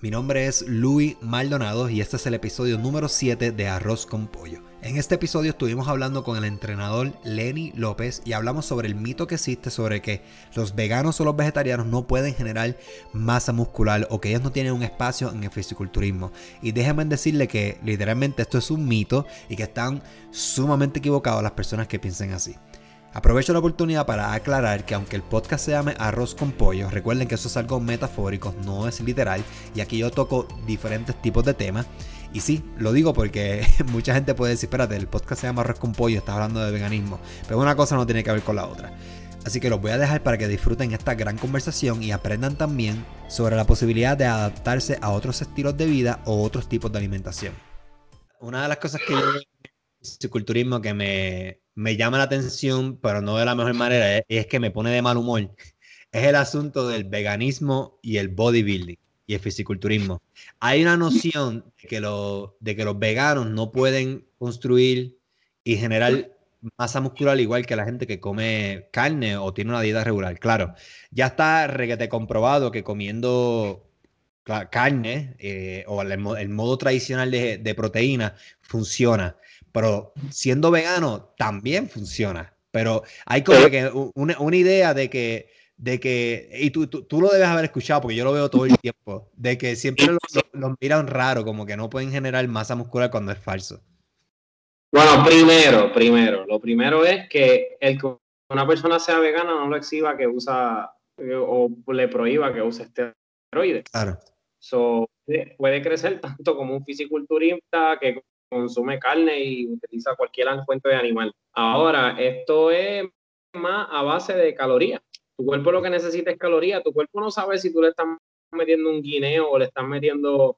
Mi nombre es Luis Maldonado y este es el episodio número 7 de Arroz con Pollo. En este episodio estuvimos hablando con el entrenador Lenny López y hablamos sobre el mito que existe sobre que los veganos o los vegetarianos no pueden generar masa muscular o que ellos no tienen un espacio en el fisiculturismo. Y déjenme decirle que literalmente esto es un mito y que están sumamente equivocados las personas que piensen así. Aprovecho la oportunidad para aclarar que aunque el podcast se llame Arroz con Pollo, recuerden que eso es algo metafórico, no es literal, y aquí yo toco diferentes tipos de temas. Y sí, lo digo porque mucha gente puede decir, espérate, el podcast se llama Arroz con Pollo, estás hablando de veganismo, pero una cosa no tiene que ver con la otra. Así que los voy a dejar para que disfruten esta gran conversación y aprendan también sobre la posibilidad de adaptarse a otros estilos de vida o otros tipos de alimentación. Una de las cosas que yo fisiculturismo que me llama la atención, pero no de la mejor manera, es que me pone de mal humor, es el asunto del veganismo y el bodybuilding y el fisiculturismo. Hay una noción de que los veganos no pueden construir y generar masa muscular igual que la gente que come carne o tiene una dieta regular. Claro, ya está requete comprobado que comiendo carne o el modo tradicional de proteína funciona, pero siendo vegano también funciona. Pero hay como que una idea de que y tú lo debes haber escuchado porque yo lo veo todo el tiempo, de que siempre los miran raro, como que no pueden generar masa muscular cuando es falso. Bueno, lo primero es que una persona sea vegana no lo exhiba que usa o le prohíba que use esteroides. Claro. Puede crecer tanto como un fisiculturista que consume carne y utiliza cualquier fuente de animal. Ahora, esto es más a base de calorías. Tu cuerpo lo que necesita es calorías. Tu cuerpo no sabe si tú le estás metiendo un guineo o le estás metiendo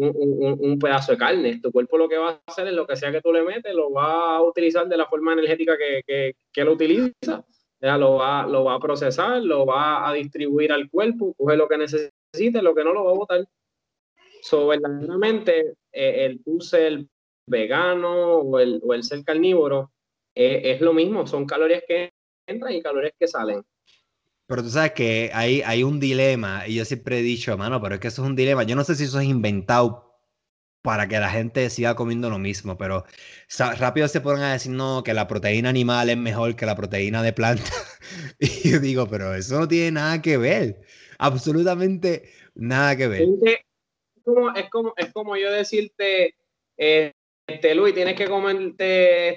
un pedazo de carne. Tu cuerpo lo que va a hacer es lo que sea que tú le metes, lo va a utilizar de la forma energética que lo utiliza. Ya lo va a procesar, lo va a distribuir al cuerpo, coge lo que necesite, lo que no lo va a botar. Verdaderamente, el tú ser vegano o el ser carnívoro es lo mismo, son calorías que entran y calorías que salen. Pero tú sabes que hay un dilema, y yo siempre he dicho, mano, pero es que eso es un dilema. Yo no sé si eso es inventado para que la gente siga comiendo lo mismo, pero rápido se ponen a decir, no, que la proteína animal es mejor que la proteína de planta. Y yo digo, pero eso no tiene nada que ver, absolutamente nada que ver. Es como yo decirte, Luis, tienes que comerte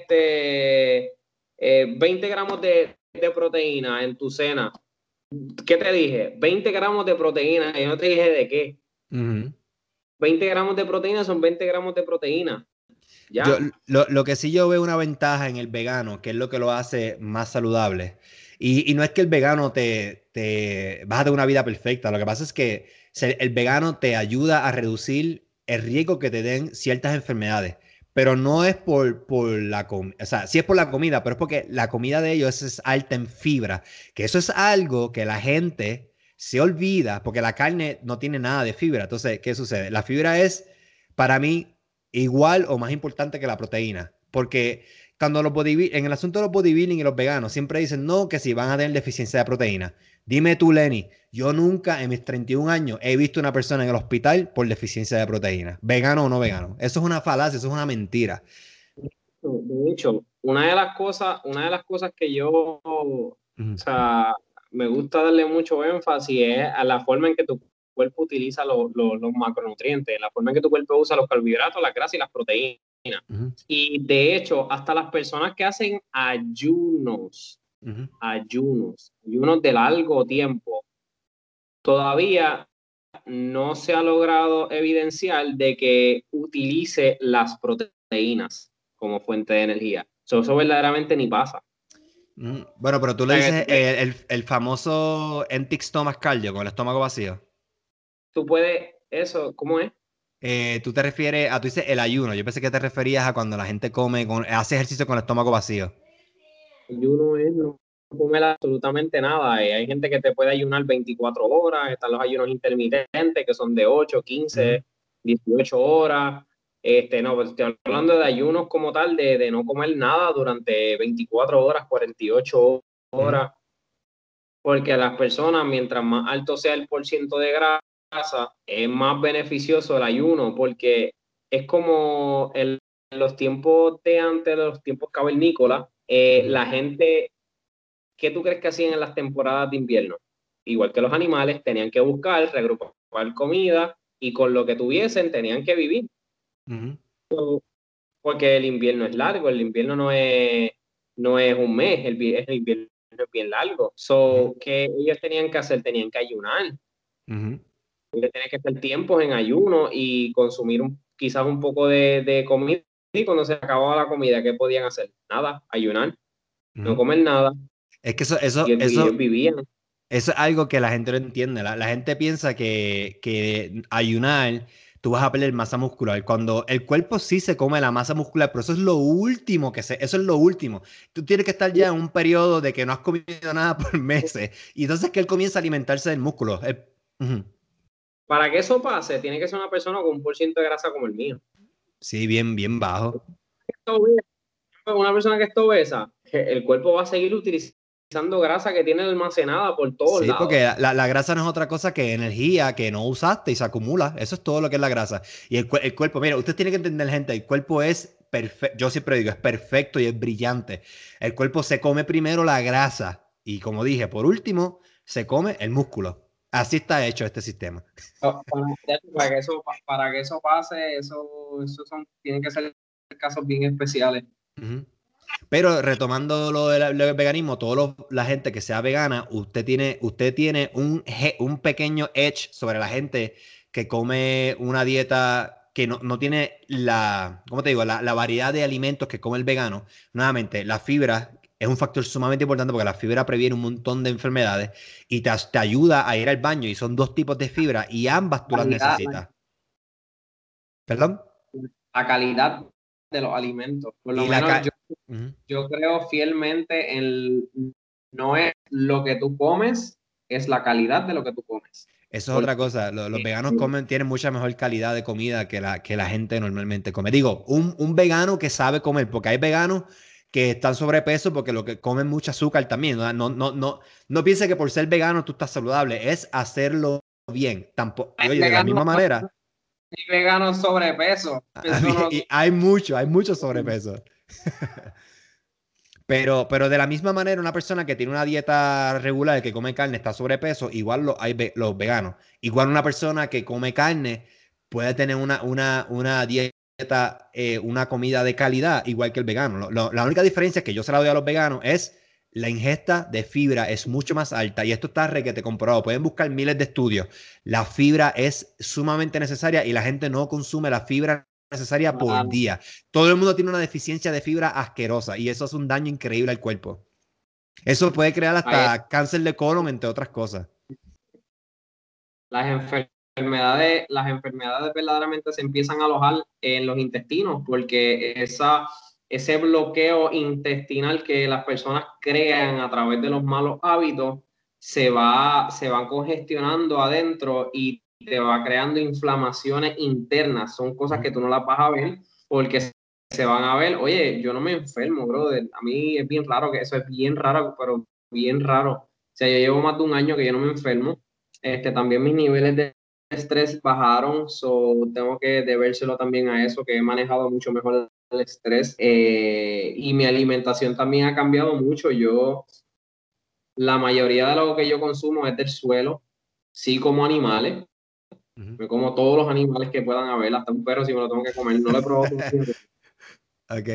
20 gramos de proteína en tu cena. ¿Qué te dije? 20 gramos de proteína. Yo no te dije de qué. 20 gramos de proteína son 20 gramos de proteína. Yo, Ya. lo que sí yo veo una ventaja en el vegano, que es lo que lo hace más saludable. Y no es que el vegano te vas a tener una vida perfecta. Lo que pasa es que el vegano te ayuda a reducir el riesgo que te den ciertas enfermedades. Pero no es por la comida. O sea, sí es por la comida, pero es porque la comida de ellos es alta en fibra. Que eso es algo que la gente se olvida, porque la carne no tiene nada de fibra. Entonces, ¿qué sucede? La fibra es, para mí, igual o más importante que la proteína. Porque cuando en el asunto de los bodybuilding y los veganos siempre dicen no, que si van a tener deficiencia de proteína. Dime tú, Lenny, yo nunca en mis 31 años he visto una persona en el hospital por deficiencia de proteína, vegano o no vegano. Eso es una falacia, eso es una mentira. De hecho, una de las cosas que yo, o sea, me gusta darle mucho énfasis es a la forma en que tu cuerpo utiliza los macronutrientes, la forma en que tu cuerpo usa los carbohidratos, las grasas y las proteínas. Y de hecho, hasta las personas que hacen ayunos de largo tiempo, todavía no se ha logrado evidenciar de que utilice las proteínas como fuente de energía. Eso verdaderamente ni pasa. Bueno, pero tú O le sea, dices el famoso empty stomach cardio, con el estómago vacío. tú puedes, eso, ¿cómo es? Tú te refieres tú dices el ayuno. Yo pensé que te referías a cuando la gente hace ejercicio con el estómago vacío. Ayuno es no comer absolutamente nada. Hay gente que te puede ayunar 24 horas, están los ayunos intermitentes que son de 8, 15, 18 horas. No, pues estoy hablando de ayunos como tal, de no comer nada durante 24 horas, 48 horas, porque las personas, mientras más alto sea el porciento de grasa, grasa, es más beneficioso el ayuno porque es como en los tiempos de antes, los tiempos cavernícolas, la gente, ¿qué tú crees que hacían en las temporadas de invierno? Igual que los animales, tenían que buscar, regrupar comida y con lo que tuviesen tenían que vivir. Ujú. Porque el invierno es largo, el invierno no es un mes, el invierno es bien largo. Ujú. So, ¿qué ellos tenían que hacer? Tenían que ayunar. Ujú. Ellos tenían que hacer tiempos en ayuno y consumir quizás un poco de comida. Y cuando se acababa la comida, ¿qué podían hacer? Nada, ayunar, no Ujú. comer nada. Es que Y ellos vivían. eso es algo que la gente no entiende. La gente piensa que ayunar, tú vas a perder masa muscular. Cuando el cuerpo sí se come la masa muscular, pero eso es lo último eso es lo último. Tú tienes que estar ya en un periodo de que no has comido nada por meses. Y entonces que él comienza a alimentarse del músculo. Ujú. Para que eso pase, tiene que ser una persona con un por ciento de grasa como el mío. Sí, bien, bien bajo. Una persona que está obesa, el cuerpo va a seguir utilizando grasa que tiene almacenada por todos Sí, lados. porque la grasa no es otra cosa que energía que no usaste y se acumula. Eso es todo lo que es la grasa. Y el cuerpo, mira, usted tiene que entender, gente, el cuerpo es perfecto. Yo siempre digo, es perfecto y es brillante. El cuerpo se come primero la grasa y, como dije, por último, se come el músculo. Así está hecho este sistema. Para que eso pase, tienen que ser casos bien especiales. Ujú. Pero retomando lo del veganismo, la gente que sea vegana, usted tiene un pequeño edge sobre la gente que come una dieta que no tiene ¿cómo te digo? La variedad de alimentos que come el vegano. Nuevamente, la fibra es un factor sumamente importante porque la fibra previene un montón de enfermedades y te ayuda a ir al baño y son dos tipos de fibra y ambas tú las Calidad, necesitas. ¿Perdón? la calidad de los alimentos. Por lo Y la... menos Ujú. yo creo fielmente en no es lo que tú comes, es la calidad de lo que tú comes. Eso es otra Porque cosa. Los veganos tienen mucha mejor calidad de comida que la gente normalmente come. Digo, un vegano que sabe comer, porque hay veganos que están sobrepeso porque lo que comen mucho azúcar también. No piense que por ser vegano tú estás saludable, es hacerlo bien. Tampoco, y hay oye, de la veganos, misma manera, hay veganos sobrepeso. Eso no, y hay mucho sobrepeso. Pero de la misma manera, una persona que tiene una dieta regular, que come carne, está sobrepeso, igual los veganos. Igual una persona que come carne puede tener una dieta, una comida de calidad, igual que el vegano. La única diferencia que yo se la doy a los veganos es la ingesta de fibra es mucho más alta y esto está requete comprobado. Pueden buscar miles de estudios. La fibra es sumamente necesaria y la gente no consume la fibra necesaria por día. Todo el mundo tiene una deficiencia de fibra asquerosa y eso es un daño increíble al cuerpo. Eso puede crear hay- hasta cáncer de colon, entre otras cosas. las las enfermedades verdaderamente se empiezan a alojar en los intestinos, porque ese bloqueo intestinal que las personas crean a través de los malos hábitos se van congestionando adentro y te va creando inflamaciones internas. Son cosas que tú no las vas a ver porque se van a ver. Oye, yo no me enfermo, brother. A mí es bien raro que eso es bien raro, pero bien raro. O sea, yo llevo más de un año que yo no me enfermo. También mis niveles de estrés bajaron, so tengo que debérselo también a eso, que he manejado mucho mejor el estrés. Y mi alimentación también ha cambiado mucho. La mayoría de lo que yo consumo es del suelo, sí como animales, Ujú. me como todos los animales que puedan haber, hasta un perro si me lo tengo que comer, no lo he probado todavía. Ok.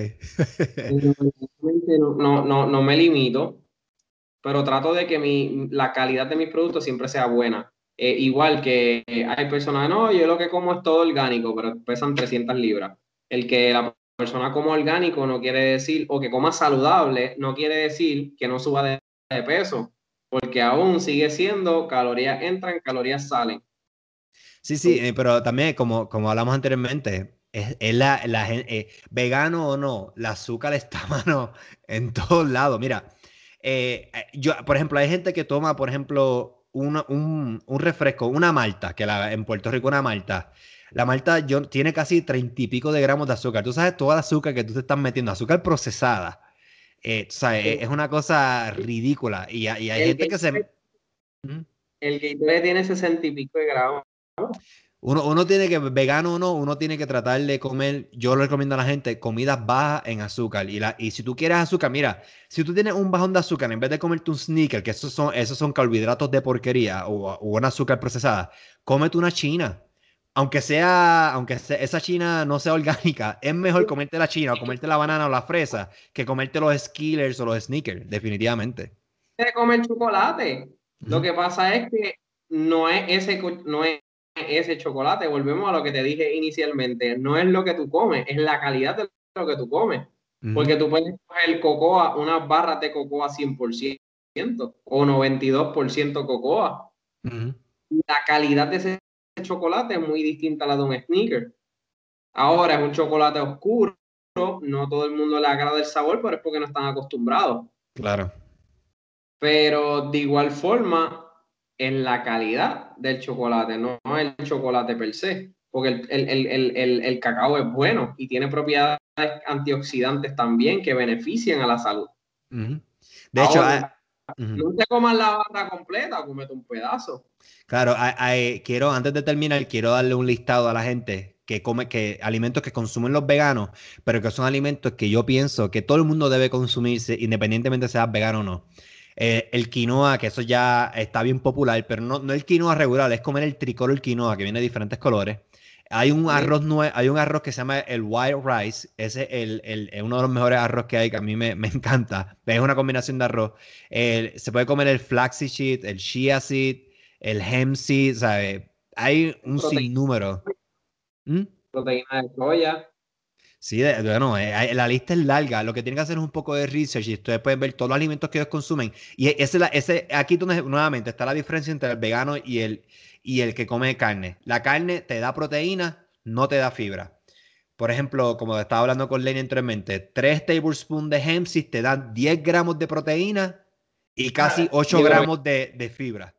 No me limito, pero trato de que la calidad de mis productos siempre sea buena. Igual que hay personas, no, yo lo que como es todo orgánico, pero pesan 300 libras. El que la persona coma orgánico no quiere decir, o que coma saludable, no quiere decir que no suba de peso, porque aún sigue siendo calorías entran, calorías salen. Sí, sí, pero también, como hablamos anteriormente, es vegano o no, el azúcar está, mano, en todos lados. Mira, yo, por ejemplo, hay gente que toma, por ejemplo, un refresco, una malta, en Puerto Rico una malta. La malta tiene casi 30 y pico de gramos de azúcar. Tú sabes toda el azúcar que tú te estás metiendo, azúcar procesada. Tú sabes, es una cosa ridícula. Y hay El gente que que se... Ujú. el Gatorade tiene 60 y pico de gramos. Uno tiene que, vegano o no, uno tiene que tratar de comer, yo le recomiendo a la gente, comidas bajas en azúcar. Y si tú quieres azúcar, mira, si tú tienes un bajón de azúcar, en vez de comerte un sneaker, que esos son carbohidratos de porquería o una azúcar procesada, cómete una china. Esa china no sea orgánica, es mejor comerte la china o comerte la banana o la fresa que comerte los Skillers o los sneakers, definitivamente. De comer chocolate. Lo Ujú, que pasa es que no es ese chocolate. Volvemos a lo que te dije inicialmente. No es lo que tú comes, es la calidad de lo que tú comes. ujú, Porque tú puedes coger cocoa, unas barras de cocoa 100% o 92% cocoa. ujú. La calidad de ese chocolate es muy distinta a la de un sneaker. Ahora es un chocolate oscuro, no todo el mundo le agrada el sabor, pero es porque no están acostumbrados. Claro. Pero de igual forma, en la calidad del chocolate, no el chocolate per se, porque el cacao es bueno y tiene propiedades antioxidantes también que benefician a la salud. Ujú. De hecho, Ahora, ujú. no te comas la barra completa, cómete un pedazo. Claro, antes de terminar, quiero darle un listado a la gente alimentos que consumen los veganos, pero que son alimentos que yo pienso que todo el mundo debe consumirse, independientemente sea vegano o no. El quinoa, que eso ya está bien popular, pero no el quinoa regular, es comer el tricolor quinoa, que viene de diferentes colores. ¿Sí? Hay un arroz que se llama el white rice, ese es uno de los mejores arroz que hay, que a mí me encanta. Es una combinación de arroz. Se puede comer el flaxseed seed, el chia seed, el hemp seed, ¿sabes? Hay un Proteína, sinnúmero. ¿Mm? proteína de soya. Sí, bueno, la lista es larga. Lo que tienen que hacer es un poco de research y ustedes pueden ver todos los alimentos que ellos consumen. Y aquí donde nuevamente está la diferencia entre el vegano y el que come carne. La carne te da proteína, no te da fibra. Por ejemplo, como estaba hablando con Lenny anteriormente, 3 tablespoons de hemp seed te dan 10 gramos de proteína y casi 8 Hidro- gramos de fibra.